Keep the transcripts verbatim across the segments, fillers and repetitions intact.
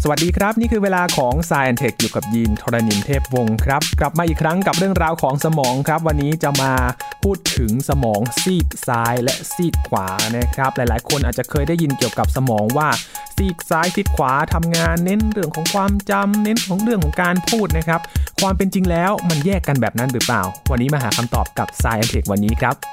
สวัสดีครับนี่คือเวลาของ Science Tech อยู่กับยีนธรณินเทพวงศ์ครับกลับมาอีกครั้งกับเรื่องราวของสมองครับวันนี้จะมาพูดถึงสมองซีกซ้ายและซีกขวานะครับหลายๆคนอาจจะเคยได้ยินเกี่ยวกับสมองว่าซีกซ้ายซีกขวาทำงานเน้นเรื่องของความจำเน้นของเรื่องของการพูดนะครับความเป็นจริงแล้วมันแยกกันแบบนั้นหรือเปล่าวันนี้มาหาคำตอบกับ Science Tech วันนี้ครับ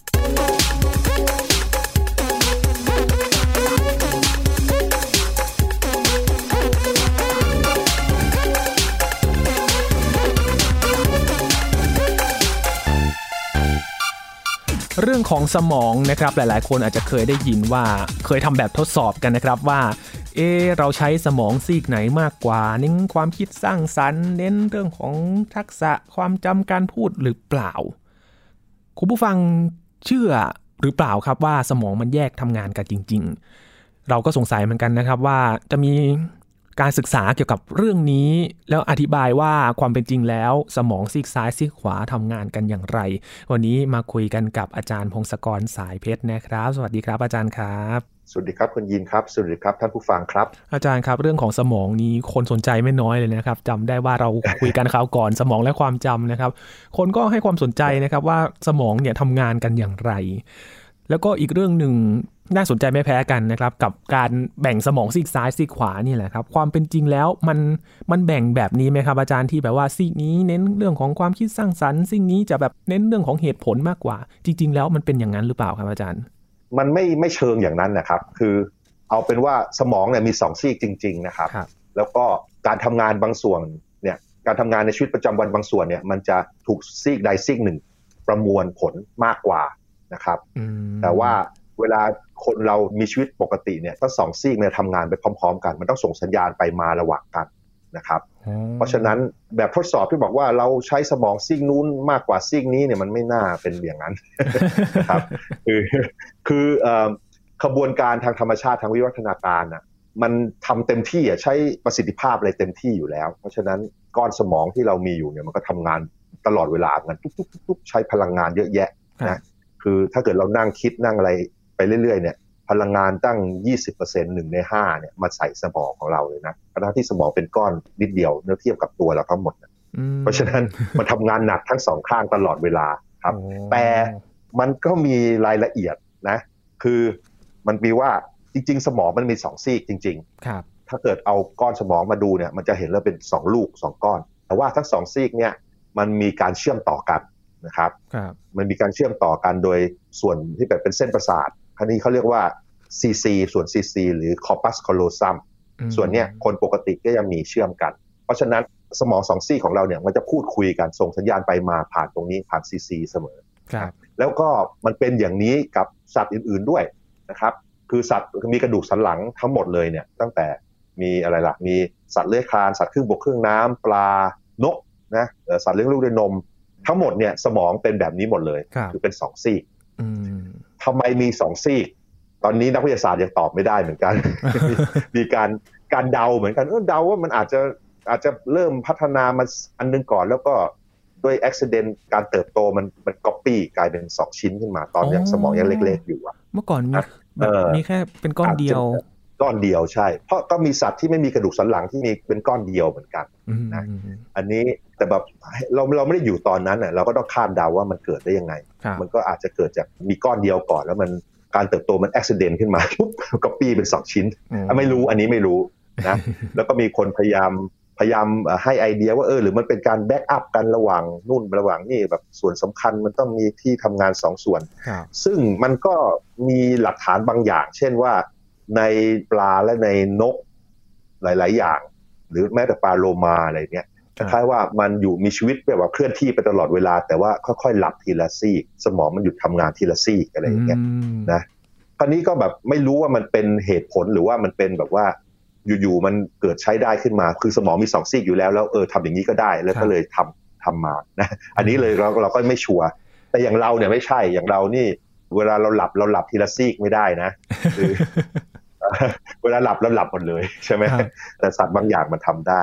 เรื่องของสมองนะครับหลายๆคนอาจจะเคยได้ยินว่าเคยทำแบบทดสอบกันนะครับว่าเออเราใช้สมองซีกไหนมากกว่าเน้นความคิดสร้างสรรค์เน้นเรื่องของทักษะความจำการพูดหรือเปล่าคุณผู้ฟังเชื่อหรือเปล่าครับว่าสมองมันแยกทำงานกันจริงๆเราก็สงสัยเหมือนกันนะครับว่าจะมีการศึกษาเกี่ยวกับเรื่องนี้แล้วอธิบายว่าความเป็นจริงแล้วสมองซีกซ้ายซีกขวาทำงานกันอย่างไรวันนี้มาคุยกันกับอาจารย์พงศกรสายเพชรนะครับสวัสดีครับอาจารย์ครับสวัสดีครับคุณยินครับสวัสดีครับท่านผู้ฟังครับอาจารย์ครับเรื่องของสมองนี้คนสนใจไม่น้อยเลยนะครับจำได้ว่าเราคุยกันคราวก่อนสมองและความจำนะครับคนก็ให้ความสนใจนะครับว่าสมองเนี่ยทำงานกันอย่างไรแล้วก็อีกเรื่องหนึ่งน่าสนใจไม่แพ้กันนะครับกับการแบ่งสมองซีกซ้ายซีกขวานี่แหละครับความเป็นจริงแล้วมันมันแบ่งแบบนี้ไหมครับอาจารย์ที่แบบว่าซีกนี้เน้นเรื่องของความคิดสร้างสรรค์ซีกนี้จะแบบเน้นเรื่องของเหตุผลมากกว่าจริงๆแล้วมันเป็นอย่างนั้นหรือเปล่าครับอาจารย์มันไม่ไม่เชิงอย่างนั้นนะครับคือเอาเป็นว่าสมองเนี่ยมีสองซีกจริงๆนะครับแล้วก็การทำงานบางส่วนเนี่ยการทำงานในชีวิตประจำวันบางส่วนเนี่ยมันจะถูกซีกใดซีกหนึ่งประมวลผลมากกว่านะครับแต่ว่าเวลาคนเรามีชีวิตปกติเนี่ยทั้งสองซีกเนี่ยทำงานไปพร้อมๆกันมันต้องส่งสัญญาณไปมาระหว่างกันนะครับเพราะฉะนั้นแบบทดสอบที่บอกว่าเราใช้สมองซีกนู้นมากกว่าซีกนี้เนี่ยมันไม่น่าเป็นอย่างนั้นครับคือคือขบวนการทางธรรมชาติทางวิวัฒนาการน่ะมันทำเต็มที่อ่ะใช้ประสิทธิภาพอะไรเต็มที่อยู่แล้วเพราะฉะนั้นก้อนสมองที่เรามีอยู่เนี่ยมันก็ทำงานตลอดเวลากันทุกๆๆใช้พลังงานเยอะแยะนะคือถ้าเกิดเรานั่งคิดนั่งอะไรไปเรื่อยๆเนี่ยพลังงานตั้ง ยี่สิบเปอร์เซ็นต์ หนึ่งในห้าเนี่ยมาใส่สมองของเราเลยนะทั้งที่สมองเป็นก้อนนิดเดียวเมื่อเทียบกับตัวเราทั้งหมดนะเพราะฉะนั้นมันทำงานหนักทั้งสองข้างตลอดเวลาครับแต่มันก็มีรายละเอียดนะคือมันมีว่าจริงๆสมองมันมีสองซีกจริงๆครับถ้าเกิดเอาก้อนสมองมาดูเนี่ยมันจะเห็นแล้วเป็นสองลูกสองก้อนแต่ว่าทั้งสองซีกเนี่ยมันมีการเชื่อมต่อกันนะครับมันมีการเชื่อมต่อกันโดยส่วนที่แบบเป็นเส้นประสาทอันนี้เขาเรียกว่า ซี ซี ส่วน ซี ซี หรือ corpus callosum ส่วนเนี้ยคนปกติก็ยังมีเชื่อมกันเพราะฉะนั้นสมองสองซีกของเราเนี่ยมันจะพูดคุยกันส่งสัญญาณไปมาผ่านตรงนี้ผ่าน ซี ซี เสมอแล้วก็มันเป็นอย่างนี้กับสัตว์อื่นๆด้วยนะครับคือสัตว์มีกระดูกสันหลังทั้งหมดเลยเนี่ยตั้งแต่มีอะไรล่ะมีสัตว์เลื้อยคลานสัตว์ครึ่งบกครึ่งน้ำปลานกนะสัตว์เลี้ยงลูกด้วยนมทั้งหมดเนี่ยสมองเป็นแบบนี้หมดเลยคือเป็นสองซีกทำไมมีสองซีกตอนนี้นักวิทยาศาสตร์ยังตอบไม่ได้เหมือนกัน มีการการเดาเหมือนกันเออเดาว่ามันอาจจะอาจจะเริ่มพัฒนามาอันนึงก่อนแล้วก็ด้วยอุบัติเหตุการเติบโตมันมันก๊อปปี้กลายเป็นสองชิ้นขึ้นมาตอนยังสมองยังเล็กๆอยู่อ่ะเมื่อก่อนมีแบบมีแค่เป็นก้อนเดียวก้อนเดียวใช่เพราะก็มีสัตว์ที่ไม่มีกระดูกสันหลังที่มีเป็นก้อนเดียวเหมือนกันนะอันนี้แต่แบบเราเราไม่ได้อยู่ตอนนั้นน่ะเราก็ต้องคาดเดาว่ามันเกิดได้ยังไงมันก็อาจจะเกิดจากมีก้อนเดียวก่อนแล้วมันการเติบโตมันอุบัติเหตุขึ้นมาปุ๊บก๊อปปี้เป็นสองชิ้นไม่รู้อันนี้ไม่รู้นะแล้วก็มีคนพยายามพยายามให้ไอเดียว่าเออหรือมันเป็นการแบ็กอัพกันระหว่างนู่นระหว่างนี่แบบส่วนสำคัญมันต้องมีที่ทำงานสองส่วนซึ่งมันก็มีหลักฐานบางอย่างเช่นว่าในปลาและในนกหลายๆอย่างหรือแม้แต่ปลาโลมาอะไรเงี้ยคล้ายๆว่ามันอยู่มีชีวิตแบบว่าเคลื่อนที่ไปตลอดเวลาแต่ว่าค่อยๆหลับทีละซีกสมองมันหยุดทำงานทีละซีกอะไรอย่างเงี้ยนะคราวนี้ก็แบบไม่รู้ว่ามันเป็นเหตุผลหรือว่ามันเป็นแบบว่าอยู่ๆมันเกิดใช้ได้ขึ้นมาคือสมองมีสองซีกอยู่แล้วแล้วเออทำอย่างนี้ก็ได้แล้วก็เลยทำทำมานะอันนี้เลยเราเราก็ไม่ชัวร์แต่อย่างเราเนี่ยไม่ใช่อย่างเรานี่เวลาเราหลับเราหลับทีละซีกไม่ได้นะคือเวลาหลับแล้วหลับหมดเลยใช่ไหมแต่สัตว์บางอย่างมันทำได้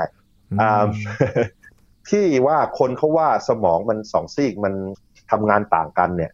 ที่ว่าคนเขาว่าสมองมันสองซีกมันทำงานต่างกันเนี่ย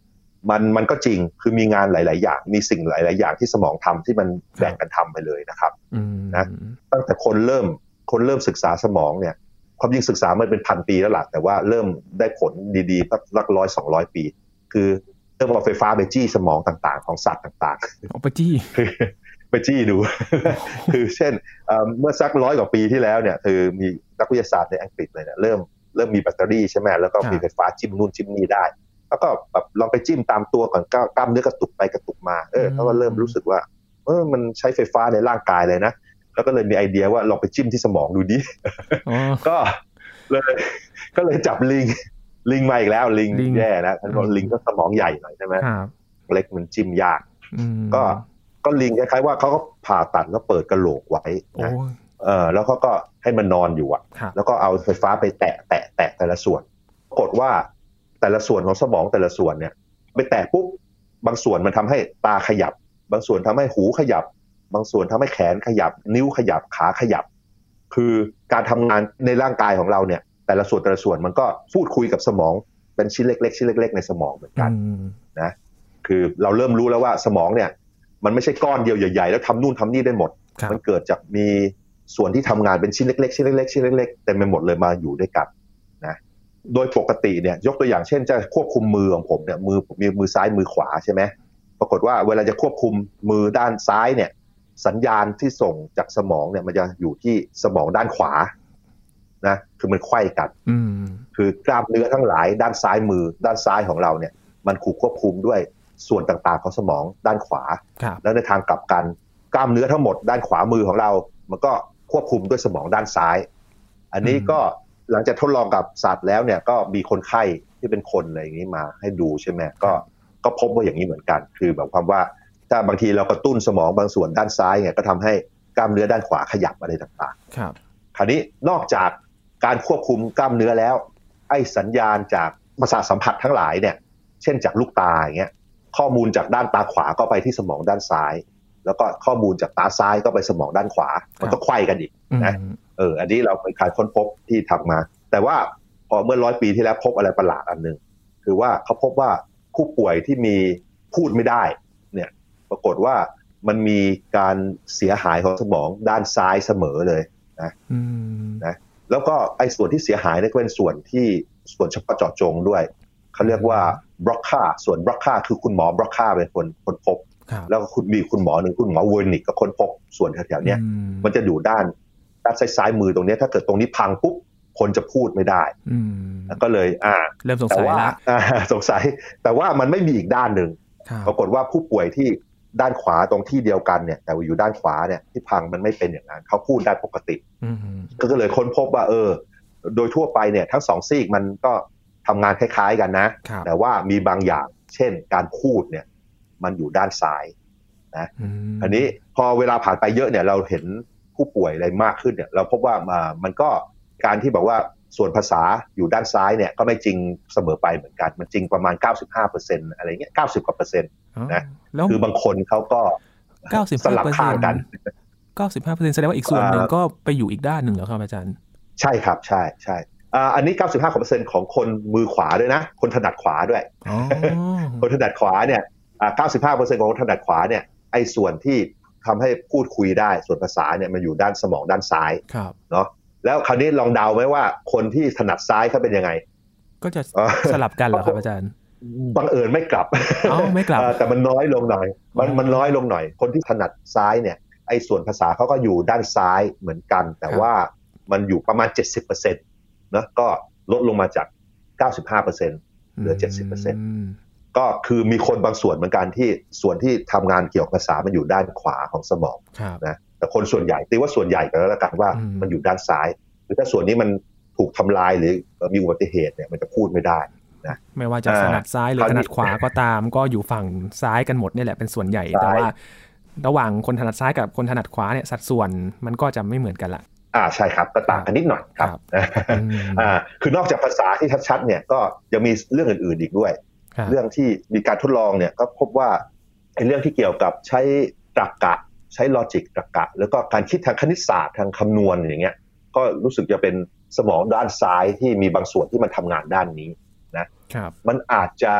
มันมันก็จริงคือมีงานหลายๆอย่างมีสิ่งหลายๆอย่างที่สมองทำที่มันแบ่งกันทำไปเลยนะครับนะตั้งแต่คนเริ่มคนเริ่มศึกษาสมองเนี่ยความจริงศึกษามันเป็นพันปีแล้วล่ะแต่ว่าเริ่มได้ผลดีๆสักหลักร้อยสองร้อยปีคือเริ่มเอาไฟฟ้าไปจี้สมองต่างๆของสัตว์ต่างๆเอาไปจี้ไปจี้ดู คือเช่นเมื่อสักร้อยกว่าปีที่แล้วเนี่ยคือมีนักวิทยาศาสตร์ในอังกฤษเลยเนี่ยเริ่มเริ่มมีแบตเตอรี่ใช่ไหมแล้วก็มีไฟฟ้าจิ้มนู่นจิ้มนี่ได้แล้วก็แบบลองไปจิ้มตามตัวก่อนกล้ามเนื้อกระตุกไปกระตุกมาเออแล้วก็เริ่มรู้สึกว่าเออมันใช้ไฟฟ้าในร่างกายเลยนะแล้วก็เลยมีไอเดียว่าลองไปจิ้มที่สมองดูดิ ก็เลยก็เลยจับลิงลิงมาอีกแล้วลิงแย่นะท่านบอกลิงก็สมองใหญ่หน่อยใช่ไหมเล็กมันจิ้มยากก็ก็ลิงคล้ายๆว่าเขาก็ผ่าตัดแล้วเปิดกระโหลกไว้นะเออแล้วเขาก็ให้มันนอนอยู่อ่ะแล้วก็เอาไฟฟ้าไปแตะแตะแตะแต่ละส่วนปรากฏว่าแต่ละส่วนของสมองแต่ละส่วนเนี่ยไปแตะปุ๊บบางส่วนมันทำให้ตาขยับบางส่วนทำให้หูขยับบางส่วนทำให้แขนขยับนิ้วขยับขาขยับคือการทำงานในร่างกายของเราเนี่ยแต่ละส่วนแต่ละส่วนมันก็พูดคุยกับสมองเป็นชิ้นเล็กๆชิ้นเล็กๆในสมองเหมือนกันนะคือเราเริ่มรู้แล้วว่าสมองเนี่ยมันไม่ใช่ก้อนเดียวใหญ่ๆแล้วทำนู่นทำนี่ได้หมดมันเกิดจากมีส่วนที่ทำงานเป็นชิ้นเล็กๆชิ้นเล็กๆชิ้นเล็กๆเต็มไปหมดเลยมาอยู่ด้วยกันนะโดยปกติเนี่ยยกตัวอย่างเช่นจะควบคุมมือของผมเนี่ยมือมีมือซ้ายมือขวาใช่ไหมปรากฏว่าเวลาจะควบคุมมือด้านซ้ายเนี่ยสัญญาณที่ส่งจากสมองเนี่ยมันจะอยู่ที่สมองด้านขวานะคือมันไขว้กันคือกล้ามเนื้อทั้งหลายด้านซ้ายมือด้านซ้ายของเราเนี่ยมันถูกควบคุมด้วยส่วนต่างๆของสมองด้านขวาแล้วในทางกลับกันกล้ามเนื้อทั้งหมดด้านขวามือของเรามันก็ควบคุมด้วยสมองด้านซ้ายอันนี้ก็หลังจากทดลองกับสัตว์แล้วเนี่ยก็มีคนไข้ที่เป็นคนอะไรอย่างนี้มาให้ดูใช่ไหมก็ก็พบว่าอย่างนี้เหมือนกันคือแบบความว่าถ้าบางทีเรากระตุ้นสมองบางส่วนด้านซ้ายเนี่ยก็ทำให้กล้ามเนื้อด้านขวาขยับอะไรต่างๆครับคราวนี้นอกจากการควบคุมกล้ามเนื้อแล้วไอ้สัญญาณจากประสาทสัมผัสทั้งหลายเนี่ยเช่นจากลูกตาอย่างเงี้ยข้อมูลจากด้านตาขวาก็ไปที่สมองด้านซ้ายแล้วก็ข้อมูลจากตาซ้ายก็ไปสมองด้านขวามันก็ไขว้กันอีกนะเอออันนี้เราเป็นการค้นพบที่ทำมาแต่ว่าพอเมื่อร้อยปีที่แล้วพบอะไรประหลาดอันนึงคือว่าเขาพบว่าผู้ป่วยที่มีพูดไม่ได้เนี่ยปรากฏว่ามันมีการเสียหายของสมองด้านซ้ายเสมอเลยนะนะแล้วก็ไอ้ส่วนที่เสียหายเนี่ยก็เป็นส่วนที่ส่วนเฉพาะเจาะจงด้วยเขาเรียกว่าบล็อกค่าส่วนบล็อกค่าคือคุณหมอบล็อกค่าเป็นคนคนพบแล้วก็คุณมีคุณหมอหนึ่งคุณหมอเวอร์นิกก็ค้นพบส่วนแถวๆนี้มันจะอยู่ด้านด้านซ้ายมือตรงนี้ถ้าเกิดตรงนี้พังปุ๊บคนจะพูดไม่ได้แล้วก็เลยอ่าเริ่มสงสัยละสงสัยแต่ว่ามันไม่มีอีกด้านหนึ่งปรากฏว่าผู้ป่วยที่ด้านขวาตรงที่เดียวกันเนี่ยแต่ว่าอยู่ด้านขวาเนี่ยที่พังมันไม่เป็นอย่างนั้นเขาพูดได้ปกติก็เลยค้นพบว่าเออโดยทั่วไปเนี่ยทั้งสองซีกมันก็ทำงานคล้ายๆกันนะแต่ว่ามีบางอย่างเช่นการพูดเนี่ยมันอยู่ด้านซ้ายนะอันนี้พอเวลาผ่านไปเยอะเนี่ยเราเห็นผู้ป่วยอะไรมากขึ้นเนี่ยเราพบว่ามันก็การที่บอกว่าส่วนภาษาอยู่ด้านซ้ายเนี่ยก็ไม่จริงเสมอไปเหมือนกันมันจริงประมาณ เก้าสิบห้าเปอร์เซ็นต์ อะไรเงี้ยเก้าสิบกว่าเปอร์เซ็นต์นะคือบางคนเขาก็สลับข้างกันเก้าสิบห้าเปอร์เซ็นต์ แสดงว่าอีกส่วนหนึ่งก็ไปอยู่อีกด้านหนึ่งเหรอครับอาจารย์ใช่ครับใช่ใช่อันนี้ เก้าสิบห้าเปอร์เซ็นต์ ของคนมือขวาด้วยนะคนถนัดขวาด้วย คนถนัดขวาเนี่ย เก้าสิบห้าเปอร์เซ็นต์ ของคนถนัดขวาเนี่ยไอ้ส่วนที่ทำให้พูดคุยได้ส่วนภาษาเนี่ยมันอยู่ด้านสมองด้านซ้ายเนาะแล้วคราวนี้ลองเดาไหมว่าคนที่ถนัดซ้ายเขาเป็นยังไงก็จะสลับกันเหรอครับอาจารย์บังเอิญไม่กลับอ๋อไม่กลับแต่มันน้อยลงหน่อยมันมันน้อยลงหน่อยคนที่ถนัดซ้ายเนี่ยไอ้ส่วนภาษาเขาก็อยู่ด้านซ้ายเหมือนกันแต่ว่ามันอยู่ประมาณ เจ็ดสิบเปอร์เซ็นต์ นะก็ลดลงมาจาก เก้าสิบห้าเปอร์เซ็นต์ เหลือ เจ็ดสิบเปอร์เซ็นต์ ก็คือมีคนบางส่วนเหมือนกันที่ส่วนที่ทำงานเกี่ยวกับภาษามันอยู่ด้านขวาของสมองนะแต่คนส่วนใหญ่ตีว่าส่วนใหญ่ก็แล้วกันว่ามันอยู่ด้านซ้ายหรือถ้าส่วนนี้มันถูกทำลายหรือมีอุบัติเหตุเนี่ยมันจะพูดไม่ได้นะไม่ว่าจะถนัดซ้ายหรือถนัดขวาก็ตามก็อยู่ฝั่งซ้ายกันหมดนี่แหละเป็นส่วนใหญ่แต่ว่าระหว่างคนถนัดซ้ายกับคนถนัดขวาเนี่ยสัดส่วนมันก็จะไม่เหมือนกันละอ่าใช่ครับก็ต่างกันนิดหน่อยครับอ่าคือนอกจากภาษาที่ชัดๆเนี่ยก็ยังมีเรื่องอื่นๆอีกด้วยเรื่องที่มีการทดลองเนี่ยก็พบว่าไอ้เรื่องที่เกี่ยวกับใช้ตรรกะใช้ลอจิกตรรกะแล้วก็การคิดทางคณิตศาสตร์ทางคำนวณอย่างเงี้ยก็รู้สึกจะเป็นสมองด้านซ้ายที่มีบางส่วนที่มันทำงานด้านนี้นะครับมันอาจจะผ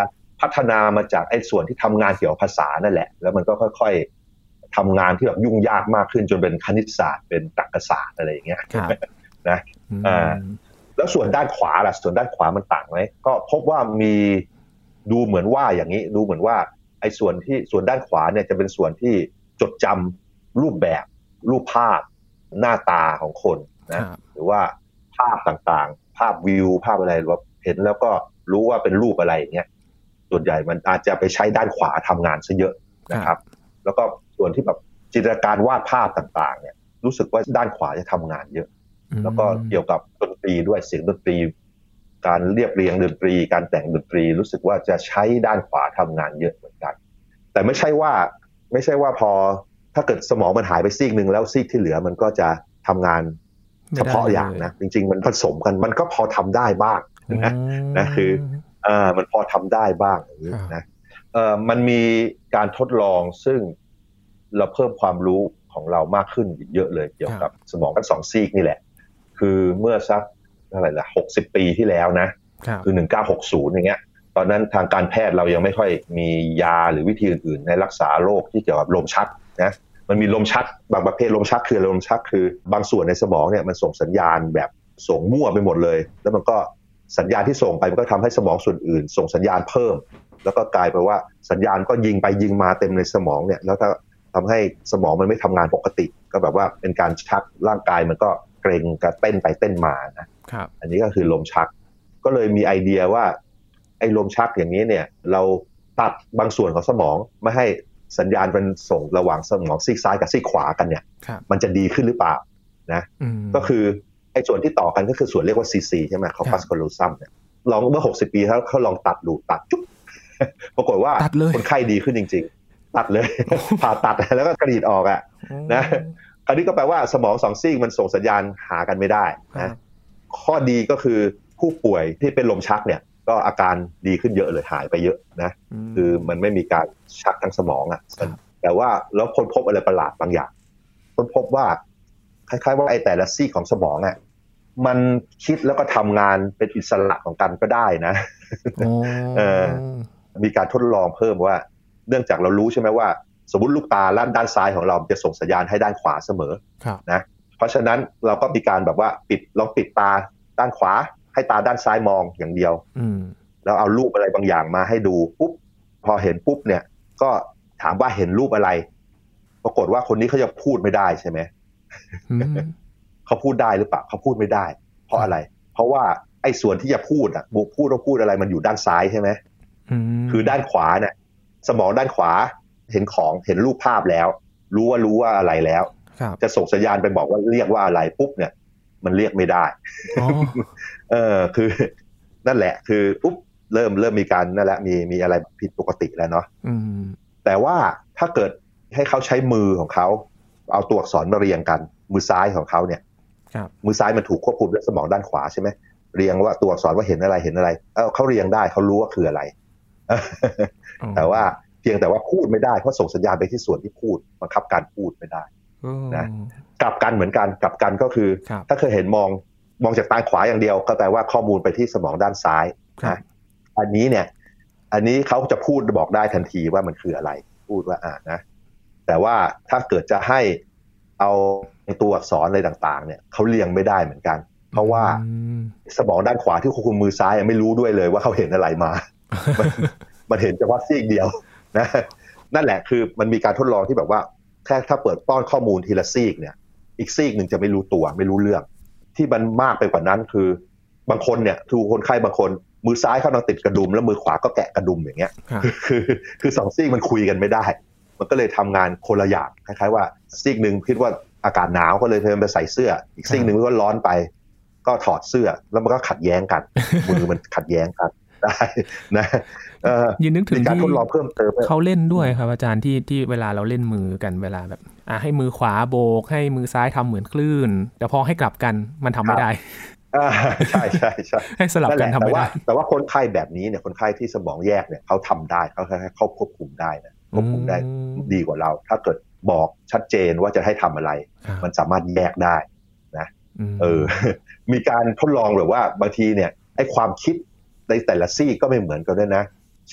พัฒนามาจากไอ้ส่วนที่ทำงานเกี่ยวกับภาษานั่นแหละแล้วมันก็ค่อยๆทำงานที่แบบยุ่งยากมากขึ้นจนเป็นคณิตศาสตร์เป็นตรรกศาสตร์อะไรอย่างเงี้ยนะอ่าแล้วส่วนด้านขวาล่ะส่วนด้านขวามันต่างไหมก็พบว่ามีดูเหมือนว่าอย่างนี้ดูเหมือนว่าไอ้ส่วนที่ส่วนด้านขวาเนี่ยจะเป็นส่วนที่จดจำรูปแบบรูปภาพหน้าตาของคนนะหรือว่าภาพต่างๆภาพวิวภาพอะไรว่าเห็นแล้วก็รู้ว่าเป็นรูปอะไรอย่างเงี้ยส่วนใหญ่มันอาจจะไปใช้ด้านขวาทำงานซะเยอะนะครับแล้วก็ส่วนที่แบบจินตนาการวาดภาพต่างๆเนี่ยรู้สึกว่าด้านขวาจะทำงานเยอะแล้วก็เกี่ยวกับดนตรีด้วยเสียงดนตรีการเรียบเรียงดนตรีการแต่งดนตรีรู้สึกว่าจะใช้ด้านขวาทำงานเยอะเหมือนกันแต่ไม่ใช่ว่าไม่ใช่ว่าพอถ้าเกิดสมองมันหายไปซีกนึงแล้วซีกที่เหลือมันก็จะทำงานเฉพาะอย่างนะจริงๆมันผสมกันมันก็พอทำได้บ้างนะนะคือเอ่อมันพอทำได้บ้างอย่างนี้นะเอ่อมันมีการทดลองซึ่งเราเพิ่มความรู้ของเรามากขึ้นเยอะเลยเกี่ยวกับสมองทั้งสองซีกนี่แหละคือเมื่อสักอะไรล่ะหกสิบปีที่แล้วนะคือหนึ่งพันเก้าร้อยหกสิบอย่างเงี้ยตอนนั้นทางการแพทย์เรายังไม่ค่อยมียาหรือวิธีอื่นๆในรักษาโรคที่เกี่ยวกับลมชักนะมันมีลมชักบางประเภทลมชักคือลมชักคือบางส่วนในสมองเนี่ยมันส่งสัญญาณแบบส่งมั่วไปหมดเลยแล้วมันก็สัญญาณที่ส่งไปมันก็ทำให้สมองส่วนอื่นส่งสัญญาณเพิ่มแล้วก็กลายไปว่าสัญญาณก็ยิงไปยิงมาเต็มในสมองเนี่ยแล้วถ้าทำให้สมองมันไม่ทำงานปกติก็แบบว่าเป็นการชักร่างกายมันก็เกร็งกระเต้นไปเต้นมานะครับอันนี้ก็คือลมชักก็เลยมีไอเดียว่าไอ้ลมชักอย่างนี้เนี่ยเราตัดบางส่วนของสมองไม่ให้สัญญาณมันส่งระหว่างสมองซีกซ้ายกับซีกขวากันเนี่ยมันจะดีขึ้นหรือเปล่านะก็คือไอ้ส่วนที่ต่อกันก็คือส่วนเรียกว่า ซี ซี ใช่ไหม corpus callosum เนี่ยลองเมื่อหกสิบปีแล้วเขาลองตัดดูตัดจุ๊บปรากฏว่าคนไข้ดีขึ้นจริงๆตัดเลยผ่าตัดแล้วก็กรีดออกอ่ะนะคราวนี้ก็แปลว่าสมองสองซีกมันส่งสัญญาณหากันไม่ได้นะข้อดีก็คือผู้ป่วยที่เป็นลมชักเนี่ยก็อาการดีขึ้นเยอะเลยหายไปเยอะนะคือมันไม่มีการชักทางสมองอ่ะแต่ว่าแล้วค้นพบอะไรประหลาดบางอย่างค้นพบว่าคล้ายๆว่าไอ้แต่ละซีกของสมองอ่ะมันคิดแล้วก็ทำงานเป็นอิสระของกันก็ได้นะเออมีการทดลองเพิ่มว่าเนื่องจากเรารู้ใช่ไหมว่าสมมุติลูกตาด้านซ้ายของเราจะส่งสัญญาณให้ด้านขวาเสมอนะเพราะฉะนั้นเราก็มีการแบบว่าปิดลองปิดตาด้านขวาให้ตาด้านซ้ายมองอย่างเดียวแล้วเอารูปอะไรบางอย่างมาให้ดูปุ๊บพอเห็นปุ๊บเนี่ยก็ถามว่าเห็นรูปอะไรปรากฏว่าคนนี้เขาจะพูดไม่ได้ใช่ไหม เขาพูดได้หรือเปล่าเขาพูดไม่ได้เพราะอะไรเพราะว่าไอ้ส่วนที่จะพูดอ่ะบุกพูดต้องพูดอะไรมันอยู่ด้านซ้ายใช่ไหมคือด้านขวาเนี่ยสมองด้านขวาเห็นของเห็นรูปภาพแล้วรู้ว่ารู้ว่าอะไรแล้วจะส่งสัญญาณไปบอกว่าเรียกว่าอะไรปุ๊บเนี่ยมันเรียกไม่ได้ เออคือนั่นแหละคือปุ๊บเริ่มเริ่มมีการนั่นแหละมีมีอะไรผิดปกติแล้วเนาะแต่ว่าถ้าเกิดให้เขาใช้มือของเขาเอาตัวอักษรมาเรียงกันมือซ้ายของเขาเนี่ยมือซ้ายมันถูกควบคุมด้วยสมองด้านขวาใช่ไหมเรียงว่าตัวอักษรว่าเห็นอะไรเห็นอะไรเออเขาเรียงได้เขารู้ว่าคืออะไร แต่ว่าเพียงแต่ว่าพูดไม่ได้เพราะส่งสัญญาณไปที่ส่วนที่พูดบังคับการพูดไม่ได้นะกลับกันเหมือนกันกลับกันก็คือถ้าเคยเห็นมองมองจากตาขวาอย่างเดียวก็แปลว่าข้อมูลไปที่สมองด้านซ้ายนะอันนี้เนี่ยอันนี้เขาจะพูดบอกได้ทันทีว่ามันคืออะไรพูดว่าอ่านะแต่ว่าถ้าเกิดจะให้เอาตัวอักษรอะไรต่างๆเนี่ยเขาเรียงไม่ได้เหมือนกันเพราะว่าสมองด้านขวาที่ควบคุมมือซ้ายไม่รู้ด้วยเลยว่าเขาเห็นอะไรมา มันเห็นเฉพาะซีกเดียวนะนั่นแหละคือมันมีการทดลองที่แบบว่าแค่ถ้าเปิดป้อนข้อมูลทีละซีกเนี่ยอีกซีกหนึ่งจะไม่รู้ตัวไม่รู้เรื่องที่มันมากไปกว่านั้นคือบางคนเนี่ยทูคนไข้บางคนมือซ้ายเขากำลังติดกระดุมแล้วมือขวาก็แกะกระดุมอย่างเงี้ยคือคือสองซีกมันคุยกันไม่ได้มันก็เลยทำงานคนละอย่างคล้ายๆว่าซีกหนึ่งคิดว่าอากาศหนาวก็เลยเพิ่มไปใส่เสื้ออีกซีกหนึ่งก็ร้อนไปก็ถอดเสื้อแล้วมันก็ขัดแย้งกันมือมันขัดแย้งกันได้นะยินนึกถึงที่เพิ่มเติมเขาเล่นด้วยครับอาจารย์ที่ที่เวลาเราเล่นมือกันเวลาแบบอ่ะให้มือขวาโบกให้มือซ้ายทำเหมือนคลื่นแต่พอให้กลับกันมันทำไม่ได้ใช่ใช่ใช่ให้สลับกันทำไม่ได้แต่ว่าคนไข้แบบนี้เนี่ยคนไข้ที่สมองแยกเนี่ยเขาทำได้เขาเขาควบคุมได้นะควบคุมได้ดีกว่าเราถ้าเกิดบอกชัดเจนว่าจะให้ทำอะไรมันสามารถแยกได้นะเออมีการทดลองหรือว่าบางทีเนี่ยไอ้ความคิดในแต่ละซีกก็ไม่เหมือนกันด้วยนะเช่น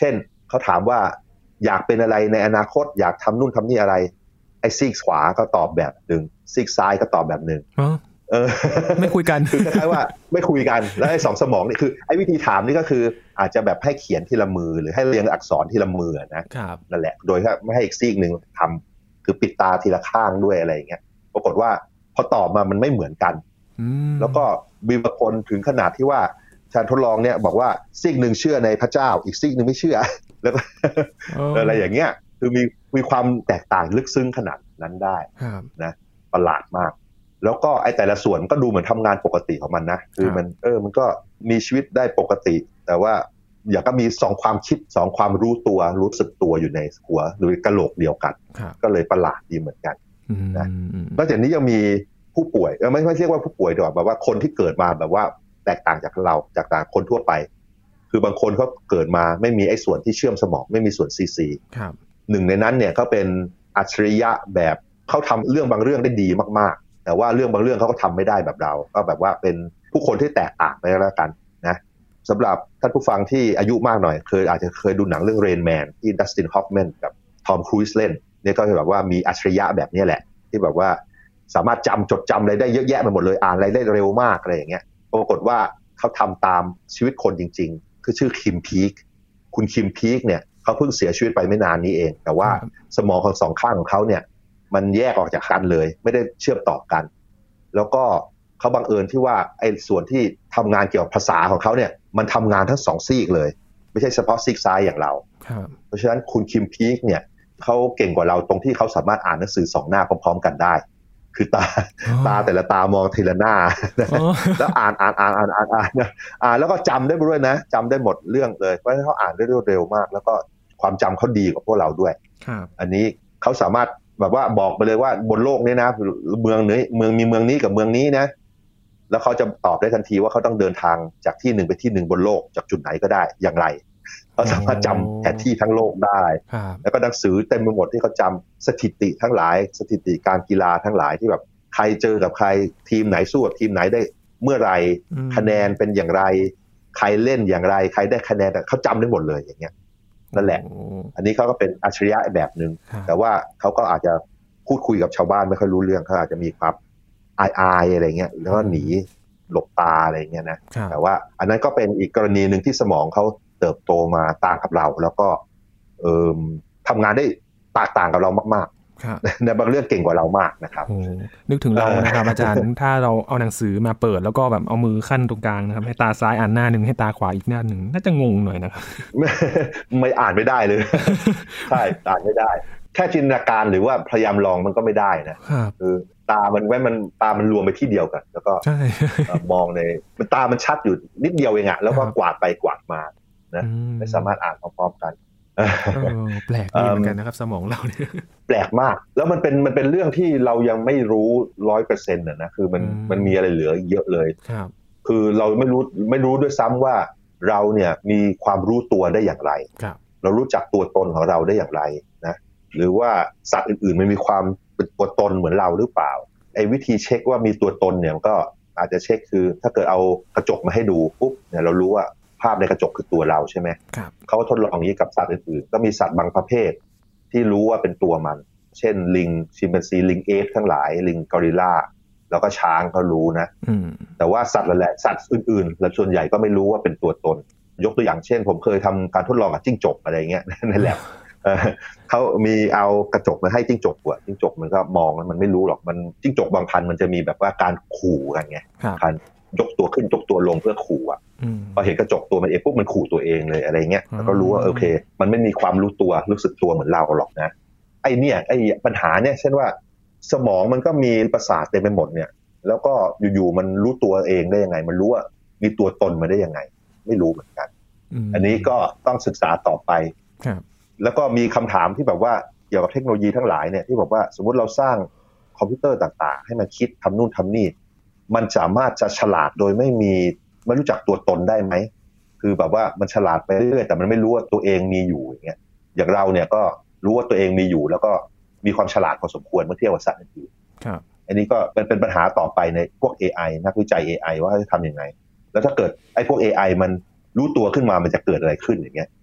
เขาถามว่าอยากเป็นอะไรในอนาคตอยากทำนู่นทำนี่อะไรไอ้ซีกขวาก็ตอบแบบนึงซีกซ้ายก็ตอบแบบนึงเออไม่คุยกันคือคล้ายๆว่าไม่คุยกันแล้วไอ้สองสมองนี่คือไอ้วิธีถามนี่ก็คืออาจจะแบบให้เขียนทีละมือหรือให้เรียงอักษรทีละมือนะนั่นแหละโดยไม่ให้อีกซีกนึงทำคือปิดตาทีละข้างด้วยอะไรอย่างเงี้ยปรากฏว่าพอตอบมามันไม่เหมือนกันแล้วก็มีบางคนถึงขนาดที่ว่าการทดลองเนี่ยบอกว่าซีกนึงเชื่อในพระเจ้าอีกซีกนึงไม่เชื่อแล้วก็ อะไรอย่างเงี้ยคือมีมีความแตกต่างลึกซึ้งขนาดนั้นได้นะประหลาดมากแล้วก็ไอ้แต่ละส่วนก็ดูเหมือนทำงานปกติของมันนะคือมันเออมันก็มีชีวิตได้ปกติแต่ว่าอยากก็มีสองความคิดสองความรู้ตัวรู้สึกตัวอยู่ในหัวหรือกะโหลกเดียวกันก็เลยประหลาดดีเหมือนกันนะนอกจากนี้ยังมีผู้ป่วยเออไม่ไม่เรียกว่าผู้ป่วยดีกว่าแบบว่าคนที่เกิดมาแบบว่าแตกต่างจากเราจากต่างคนทั่วไปคือบางคนเขาเกิดมาไม่มีไอ้ส่วนที่เชื่อมสมองไม่มีส่วน ซี ซีครับหนึ่งในนั้นเนี่ยเขาเป็นอัจฉริยะแบบเขาทำเรื่องบางเรื่องได้ดีมากๆแต่ว่าเรื่องบางเรื่องเขาก็ทำไม่ได้แบบเราก็แบบว่าเป็นผู้คนที่แตกต่างไปแล้วกันนะสำหรับท่านผู้ฟังที่อายุมากหน่อยเคยอาจจะเคยดูหนังเรื่อง Rain Man ที่ดัสติน ฮอฟแมนกับทอม ครูซเล่นเนี่ยก็คือแบบว่ามีอัจฉริยะแบบนี้แหละที่แบบว่าสามารถจำจดจำอะไรได้เยอะแยะไปหมดเลยอ่านอะไรได้เร็วมากอะไรอย่างเงี้ยปรากฏว่าเขาทำตามชีวิตคนจริงๆคือชื่อคิมพีคคุณคิมพีคเนี่ยเขาเพิ่งเสียชีวิตไปไม่นานนี้เองแต่ว่าสมองของสองข้างของเขาเนี่ยมันแยกออกจากกันเลยไม่ได้เชื่อมต่อกันแล้วก็เขาบังเอิญที่ว่าไอ้ส่วนที่ทำงานเกี่ยวกับภาษาของเขาเนี่ยมันทำงานทั้งสองซีกเลยไม่ใช่เฉพาะซีกซ้ายอย่างเราเพราะฉะนั้นคุณคิมพีคเนี่ยเขาเก่งกว่าเราตรงที่เขาสามารถอ่านหนังสือสองหน้าพร้อมๆกันได้คือตาตาแต่ละตามองทีละหน้าแล้วอ่านอ่านอ่านอ่านอ่านอ่านอ่านแล้วก็จำได้ด้วยนะจำได้หมดเรื่องเลยเพราะเขาอ่านได้เร็วมากแล้วก็ความจำเขาดีกว่าพวกเราด้วยอันนี้เขาสามารถแบบว่าบอกไปเลยว่าบนโลกนี้นะเมืองนี้เมืองมีเมืองนี้กับเมืองนี้นะแล้วเขาจะตอบได้ทันทีว่าเขาต้องเดินทางจากที่หนึ่งไปที่หนึ่งบนโลกจากจุดไหนก็ได้อย่างไรเขาสามารถจำแผนที่ทั้งโลกได้แล้วก็หนังสือเต็มไปหมดที่เขาจำสถิติทั้งหลายสถิติการกีฬาทั้งหลายที่แบบใครเจอกับใครทีมไหนสู้กับทีมไหนได้เมื่อไรคะแนนเป็นอย่างไรใครเล่นอย่างไรใครได้คะแนนเขาจำได้หมดเลยอย่างเงี้ยนั่นแหละอันนี้เขาก็เป็นอัจฉริยะแบบนึงแต่ว่าเขาก็อาจจะพูดคุยกับชาวบ้านไม่ค่อยรู้เรื่องเขาอาจจะมีความอายๆอะไรเงี้ยแล้วก็หนีหลบตาอะไรเงี้ยนะแต่ว่าอันนั้นก็เป็นอีกกรณีนึงที่สมองเขาเติบโตมาต่างกับเราแล้วก็เอ่อทำงานได้แตกต่างกับเรามากๆในบางเรื่องเก่งกว่าเรามากนะครับนึกถึงเรานะครับอาจารย์ถ้าเราเอาหนังสือมาเปิดแล้วก็แบบเอามือขั้นตรงกลางนะครับให้ตาซ้ายอ่านหน้านึงให้ตาขวาอีกหน้านึงน่าจะงงหน่อยนะครับไม่อ่านไม่ได้เลยใช่อ่านไม่ได้แค่จินตนาการหรือว่าพยายามลองมันก็ไม่ได้นะคือตามันไว้มันตามันรวมไปที่เดียวกันแล้วก็มองในมันตามันชัดอยู่นิดเดียวเองอะแล้วก็กวาดไปกวาดมานะไม่สามารถอ่านพร้อมๆกันแปลกดีเหมือนกันนะครับสมองเราเนี่ยแปลกมากแล้วมันเป็นมันเป็นเรื่องที่เรายังไม่รู้ ร้อยเปอร์เซ็นต์ น่ะนะคือมันมันมีอะไรเหลือเยอะเลยครับคือเราไม่รู้ไม่รู้ด้วยซ้ำว่าเราเนี่ยมีความรู้ตัวได้อย่างไรครับเรารู้จักตัวตนของเราได้อย่างไรนะหรือว่าสัตว์อื่นๆมันมีความเป็นตัวตนเหมือนเราหรือเปล่าไอ้วิธีเช็คว่ามีตัวตนเนี่ยก็อาจจะเช็คคือถ้าเกิดเอากระจกมาให้ดูปุ๊บเนี่ยเรารู้ว่าภาพในกระจกคือตัวเราใช่ไหมเขาก็ทดลองอย่างนี้กับสัตว์อื่นๆก็มีสัตว์บางประเภทที่รู้ว่าเป็นตัวมันเช่นลิงชิมแปนซีลิงเอฟทั้งหลายลิงกอริลลาแล้วก็ช้างเขารู้นะแต่ว่าสัตว์ละแหละสัตว์อื่นๆแล้วส่วนใหญ่ก็ไม่รู้ว่าเป็นตัวตนยกตัวอย่างเช่นผมเคยทำการทดลองกับจิ้งจกอะไรเงี้ยในแลบเขามีเอากระจกมาให้จิ้งจกอ่ะจิ้งจกมันก็มองแล้วมันไม่รู้หรอกมันจิ้งจกบางพันธุ์มันจะมีแบบว่าการขู่กันไงการยกตัวขึ้นยกตัวลงเพื่อขู่อ่ะพอเห็นกระจกตัวมันเองปุ๊บมันขู่ตัวเองเลยอะไรเงี้ยแล้วก็รู้ว่าโอเคมันไม่มีความรู้ตัวรู้สึกตัวเหมือนเราหรอกนะไอ้เนี่ยไอ้ปัญหาเนี่ยเช่นว่าสมองมันก็มีประสาทเต็มไปหมดเนี่ยแล้วก็อยู่ๆมันรู้ตัวเองได้ยังไงมันรู้ว่ามีตัวตนมาได้ยังไงไม่รู้เหมือนกันอันนี้ก็ต้องศึกษาต่อไปแล้วก็มีคำถามที่แบบว่าเกี่ยวกับเทคโนโลยีทั้งหลายเนี่ยที่บอกว่าสมมุติเราสร้างคอมพิวเตอร์ต่างๆให้มันคิดทำนู่นทำนี่มันสามารถจะฉลาดโดยไม่มีไม่รู้จักตัวตนได้ไหมคือแบบว่ามันฉลาดไปเรื่อยๆแต่มันไม่รู้ว่าตัวเองมีอยู่อย่างเงี้ยอย่างเราเนี่ยก็รู้ว่าตัวเองมีอยู่แล้วก็มีความฉลาดพอสมควรเมื่อเทียบกับสัตว์อื่นๆครับอันนี้ก็เป็นเป็นปัญหาต่อไปในพวก เอ ไอ นักวิจัย เอ ไอ ว่าจะทำยังไงแล้วถ้าเกิดไอ้พวก เอ ไอ มันรู้ตัวขึ้นมามันจะเกิดอะไรขึ้นอย่างเงี้ย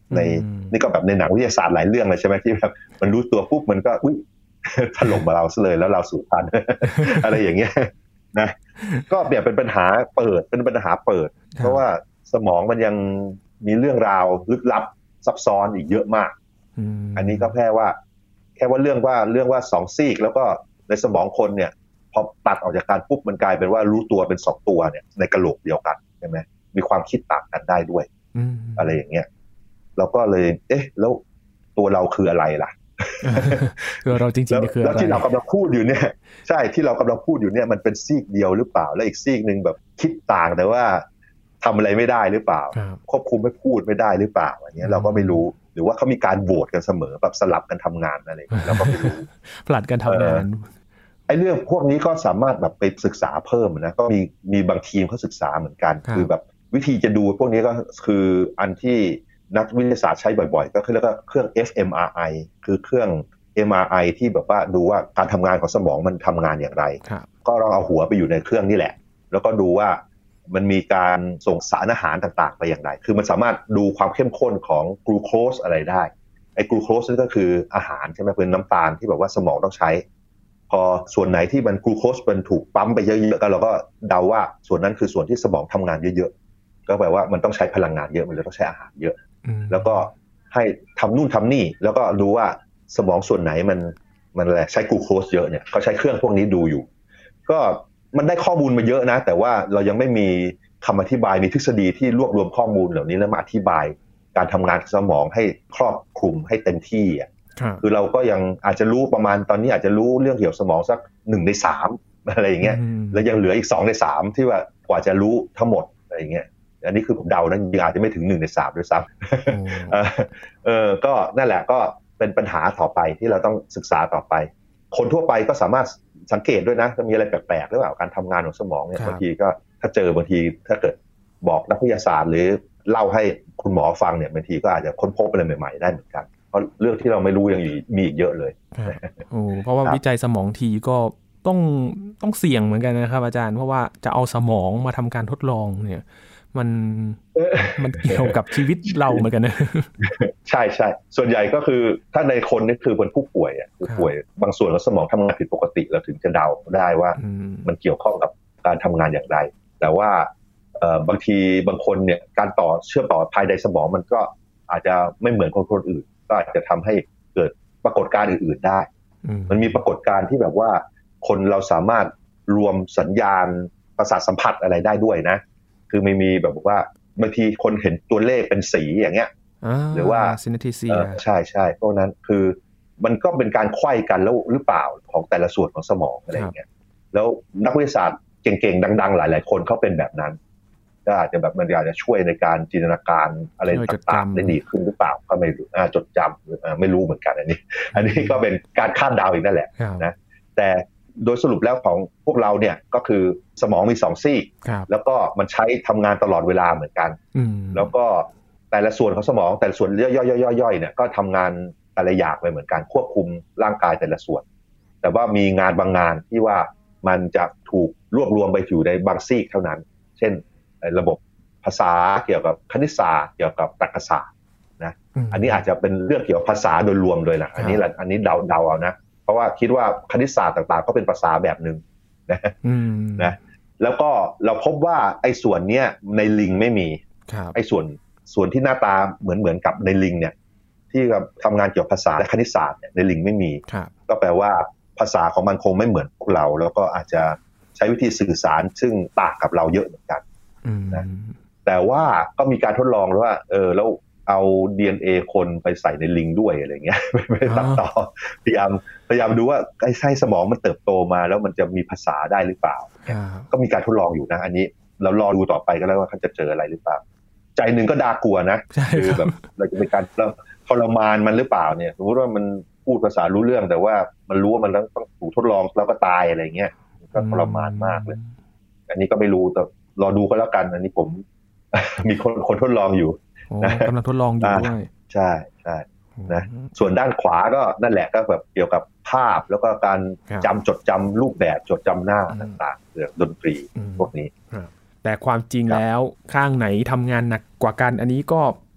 ในนี่ก็แบบในหนังวิทยาศาสตร์หลายเรื่องเลยใช่ไหมที่แบบมันรู้ตัวปุ๊บมันก็อุ๊ยถล่มมาเราซะเลยแล้วเราสูญพันธุ์ อะไรอย่างเงี้ยนะก็แบบเป็นปัญหาเปิดเป็นปัญหาเปิดเพราะว่าสมองมันยังมีเรื่องราวลึกลับซับซ้อนอีกเยอะมากอันนี้ก็แค่ว่าแค่ว่าเรื่องว่าเรื่องว่าสองซีกแล้วก็ในสมองคนเนี่ยพอตัดออกจากการปุ๊บมันกลายเป็นว่ารู้ตัวเป็นสองตัวเนี่ยในกะโหลกเดียวกันใช่ไหมมีความคิดต่างกันได้ด้วยอะไรอย่างเงี้ยเราก็เลยเอ๊ะแล้วตัวเราคืออะไรล่ะคือเราจริงๆคืออะไรแล้วที่เรากำลังพูดอยู่เนี่ยใช่ที่เรากำลังพูดอยู่เนี่ยมันเป็นซีกเดียวหรือเปล่าแล้วอีกซีกนึงแบบคิดต่างแต่ว่าทำอะไรไม่ได้หรือเปล่าควบคุมไม่พูดไม่ได้หรือเปล่าอย่างเงี้ยเราก็ไม่รู้หรือว่าเขามีการโหวตกันเสมอแบบสลับกันทำงานอะไรเราก็ไม่รู้ผลัดกันทำงานไอ้เรื่องพวกนี้ก็สามารถแบบไปศึกษาเพิ่มนะก็มีมีบางทีมเขาศึกษาเหมือนกันคือแบบวิธีจะดูพวกนี้ก็คืออันที่นักวิทยาศาสตร์ใช้บ่อยๆก็คือเรียกว่าเครื่อง เอฟ เอ็ม อาร์ ไอ คือเครื่อง เอ็ม อาร์ ไอ ที่แบบว่าดูว่าการทำงานของสมองมันทำงานอย่างไรก็ลองเอาหัวไปอยู่ในเครื่องนี่แหละแล้วก็ดูว่ามันมีการส่งสารอาหารต่างๆไปอย่างไรคือมันสามารถดูความเข้มข้นของกลูโคสอะไรได้ไอ้กลูโคสนี่ก็คืออาหารใช่ไหมเป็นน้ำตาลที่แบบว่าสมองต้องใช้พอส่วนไหนที่มันกลูโคสมันถูกปั๊มไปเยอะๆก็เราก็เดาว่าส่วนนั้นคือส่วนที่สมองทำงานเยอะๆก็แปลว่ามันต้องใช้พลังงานเยอะมันเลยต้องใช้อาหารเยอะแล้วก็ให้ทำนู่นทำนี่แล้วก็ดูว่าสมองส่วนไหนมันมันอะไรใช้กลูโคสเยอะเนี่ยเขาใช้เครื่องพวกนี้ดูอยู่ก็มันได้ข้อมูลมาเยอะนะแต่ว่าเรายังไม่มีคำอธิบายมีทฤษฎีที่รวบรวมข้อมูลเหล่านี้แล้วมาอธิบายการทำงานของสมองให้ครอบคลุมให้เต็มที่อ่ะคือเราก็ยังอาจจะรู้ประมาณตอนนี้อาจจะรู้เรื่องเกี่ยวกับสมองสักหนึ่งในสามอะไรอย่างเงี้ยแล้วยังเหลืออีกสองในสามที่ว่ากว่าจะรู้ทั้งหมดอะไรอย่างเงี้ยอันนี้คือผมเดานะยังอาจจะไม่ถึงหนึ่งในสามด้วยซ้ำเออก็นั่นแหละก็เป็นปัญหาต่อไปที่เราต้องศึกษาต่อไปคนทั่วไปก็สามารถสังเกตด้วยนะจะมีอะไรแปลกๆหรือเปล่าการทำงานของสมองเนี่ยบางทีก็ถ้าเจอบางทีถ้าเกิดบอกนักวิทยาศาสตร์หรือเล่าให้คุณหมอฟังเนี่ยบางทีก็อาจจะค้นพบอะไรใหม่ๆได้เหมือนกันเพราะเรื่องที่เราไม่รู้ยังมีอีกเยอะเลยโอ้เพราะว่าวิจัยสมองทีก็ต้องต้องเสี่ยงเหมือนกันนะครับอาจารย์เพราะว่าจะเอาสมองมาทำการทดลองเนี่ยมันมันเกี่ยวกับชีวิตเราเหมือนกันนะใช่ใช่ส่วนใหญ่ก็คือถ้าในคนนี่คือเป็นผู้ป่วยอ่ะผู้ป่วยบางส่วนของสมองทำงานผิดปกติเราถึงจะเดาได้ว่ามันเกี่ยวข้องกับการทำงานอย่างไรแต่ว่าบางทีบางคนเนี่ยการต่อเชื่อมต่อภายในสมองมันก็อาจจะไม่เหมือนคนคนอื่นก็อาจจะทำให้เกิดปรากฏการณ์อื่นๆได้มันมีปรากฏการณ์ที่แบบว่าคนเราสามารถรวมสัญญาณประสาทสัมผัสอะไรได้ด้วยนะคือไม่มีแบบว่าบางทีคนเห็นตัวเลขเป็นสีอย่างเงี้ยหรือว่า synesthesia ใช่ใช่พวกนั้นคือมันก็เป็นการไขว้กันแล้วหรือเปล่าของแต่ละส่วนของสมองอะไรอย่างเงี้ยแล้วนักวิทยาศาสตร์เก่งๆดังๆหลายๆคนเขาเป็นแบบนั้นก็อาจจะแบบมันอาจจะช่วยในการจินตนาการอะไรต่างๆได้ดีขึ้นหรือเปล่าก็ไม่รู้จดจำไม่รู้เหมือนกันอันนี้อันนี้ก็เป็นการคาดเดาอีกนั่นแหละนะแต่โดยสรุปแล้วของพวกเราเนี่ยก็คือสมองมีสองซีกแล้วก็มันใช้ทำงานตลอดเวลาเหมือนกันแล้วก็แต่ละส่วนของสมองแต่ละส่วนย่อยๆๆๆเนี่ยก็ทำงานแต่ละอย่างไปเหมือนกันควบคุมร่างกายแต่ละส่วนแต่ว่ามีงานบางงานที่ว่ามันจะถูกรวบรวมไปอยู่ในบางซีกเท่านั้นเช่นระบบภาษาเกี่ยวกับคณิตศาสตร์เกี่ยวกับตรรกศาสตร์นะอันนี้อาจจะเป็นเรื่องเกี่ยวกับภาษาโดยรวมเลยนะอันนี้แหละอันนี้เดาเดาเอานะเพราะว่าคิดว่าคณิตศาสตร์ต่างๆก็เป็นภาษาแบบนึงนะนะแล้วก็เราพบว่าไอ้ส่วนเนี้ยในลิงไม่มีไอ้ส่วนส่วนที่หน้าตาเหมือนเหมือนกับในลิงเนี่ยที่ทำงานเกี่ยวกับภาษาและคณิตศาสตร์เนี่ยในลิงไม่มีก็แปลว่าภาษาของมันคงไม่เหมือนพวกเราแล้วก็อาจจะใช้วิธีสื่อสารซึ่งต่างกับเราเยอะเหมือนกันนะแต่ว่าก็มีการทดลองว่าเออแล้วเอา ดี เอ็น เอ คนไปใส่ในลิงด้วยอะไรเงี้ยไม่ตัดต่อพยายามพยายามดูว่าไอ้ไส้สมองมันเติบโตมาแล้วมันจะมีภาษาได้หรือเปล่าก็มีการทดลองอยู่นะอันนี้เรารอดูต่อไปก็แล้วว่าเขาจะเจออะไรหรือเปล่าใจนึงก็น่ากลัวนะคือแบบเราจะเป็นการทรมานมันหรือเปล่าเนี่ยสมมติว่ามันพูดภาษารู้เรื่องแต่ว่ามันรู้ว่ามันต้องถูกทดลองแล้วก็ตายอะไรเงี้ยก็ทรมานมากเลยอันนี้ก็ไม่รู้แต่รอดูก็แล้วกันอันนี้ผมมีคนคนทดลองอยู่นะกำลังทดลองอยู่ด้วยใช่ใช่นะส่วนด้านขวาก็นั่นแหละก็แบบเกี่ยวกับภาพแล้วก็การจำจดจำรูปแบบจดจำหน้าต่างๆเรื่องดนตรีพวกนี้แต่ความจริงแล้วข้างไหนทำงานหนักกว่ากันอันนี้ก็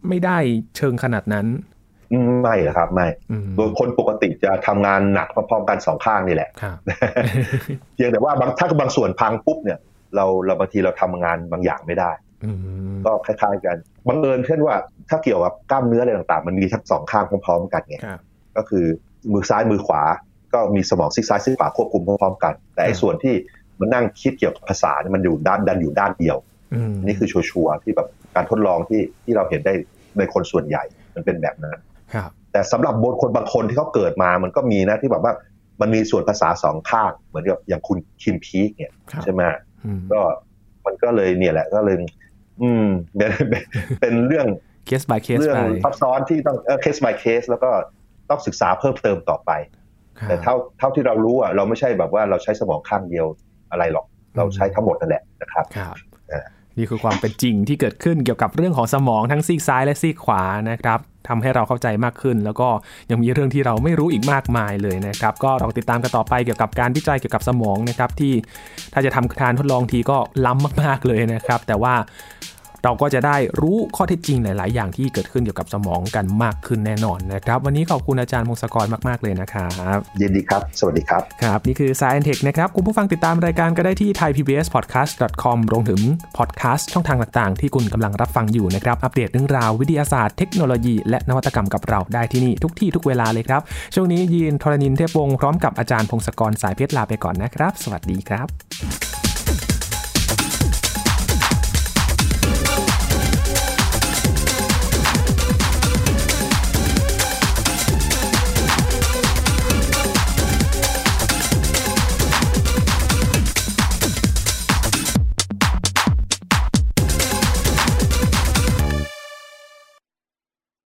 ไม่ได้เชิงขนาดนั้นไม่ครับไม่โดยคนปกติจะทำงานหนักพร้อมๆกันสองข้างนี่แหละเพียงแต่ว่าบางถ้าบางส่วนพังปุ๊บเนี่ยเราเราบางทีเราทำงานบางอย่างไม่ได้ก็คล้ายๆกันบังเอิญเช่นว่าถ้าเกี่ยวกับกล้ามเนื้ออะไรต่างๆมันมีทั้งสองข้างพร้อมๆกันไงก็คือมือซ้ายมือขวาก็มีสมองซีกซ้ายซีกขวาควบคุมพร้อมๆกันแต่ไอ้ส่วนที่มันนั่งคิดเกี่ยวกับภาษาเนี่ยมันอยู่ด้านดันอยู่ด้านเดียวนี่คือชัวร์ๆที่แบบการทดลองที่ที่เราเห็นได้ในคนส่วนใหญ่มันเป็นแบบนั้นแต่สำหรับบางคนบางคนที่เขาเกิดมามันก็มีนะที่แบบว่ามันมีส่วนภาษาสองข้างเหมือนกับอย่างคุณคิมพีคเนี่ยใช่ไหมก็มันก็เลยเนี่ยแหละก็เลยอืมเป็นเป็นเรื่อง case by case เรื่องซับซ้อนที่ต้องเออ case by case แล้วก็ต้องศึกษาเพิ่มเติมต่อไปแต่เท่าเท่าที่เรารู้อ่ะเราไม่ใช่แบบว่าเราใช้สมองข้างเดียวอะไรหรอกเราใช้ทั้งหมดนั่นแหละนะครับนี่คือความเป็นจริงที่เกิดขึ้นเกี่ยวกับเรื่องของสมองทั้งซีกซ้ายและซีกขวานะครับทำให้เราเข้าใจมากขึ้นแล้วก็ยังมีเรื่องที่เราไม่รู้อีกมากมายเลยนะครับก็ลองติดตามกันต่อไปเกี่ยวกับการวิจัยเกี่ยวกับสมองนะครับที่ถ้าจะทำการทดลองทีก็ล้ำมากๆเลยนะครับแต่ว่าเราก็จะได้รู้ข้อเท็จจริงหลายๆอย่างที่เกิดขึ้นเกี่ยวกับสมองกันมากขึ้นแน่นอนนะครับวันนี้ขอบคุณอาจารย์พงศกรมากๆเลยนะครับยินดีครับสวัสดีครับครับนี่คือ Science Tech นะครับคุณผู้ฟังติดตามรายการก็ได้ที่ ไทยพีบีเอสพอดแคสต์ ดอท คอม รวมถึงพอดแคสต์ช่องทางต่างๆที่คุณกำลังรับฟังอยู่นะครับอัปเดตเรื่องราววิทยาศาสตร์เทคโนโลยีและนวัตกรรมกับเราได้ที่นี่ทุกที่ทุกเวลาเลยครับช่วงนี้ยีนทรณินเทพวงศ์พร้อมกับอาจารย์พงศกรสายเพชรลาไปก่อนนะครับสวัสดีครับ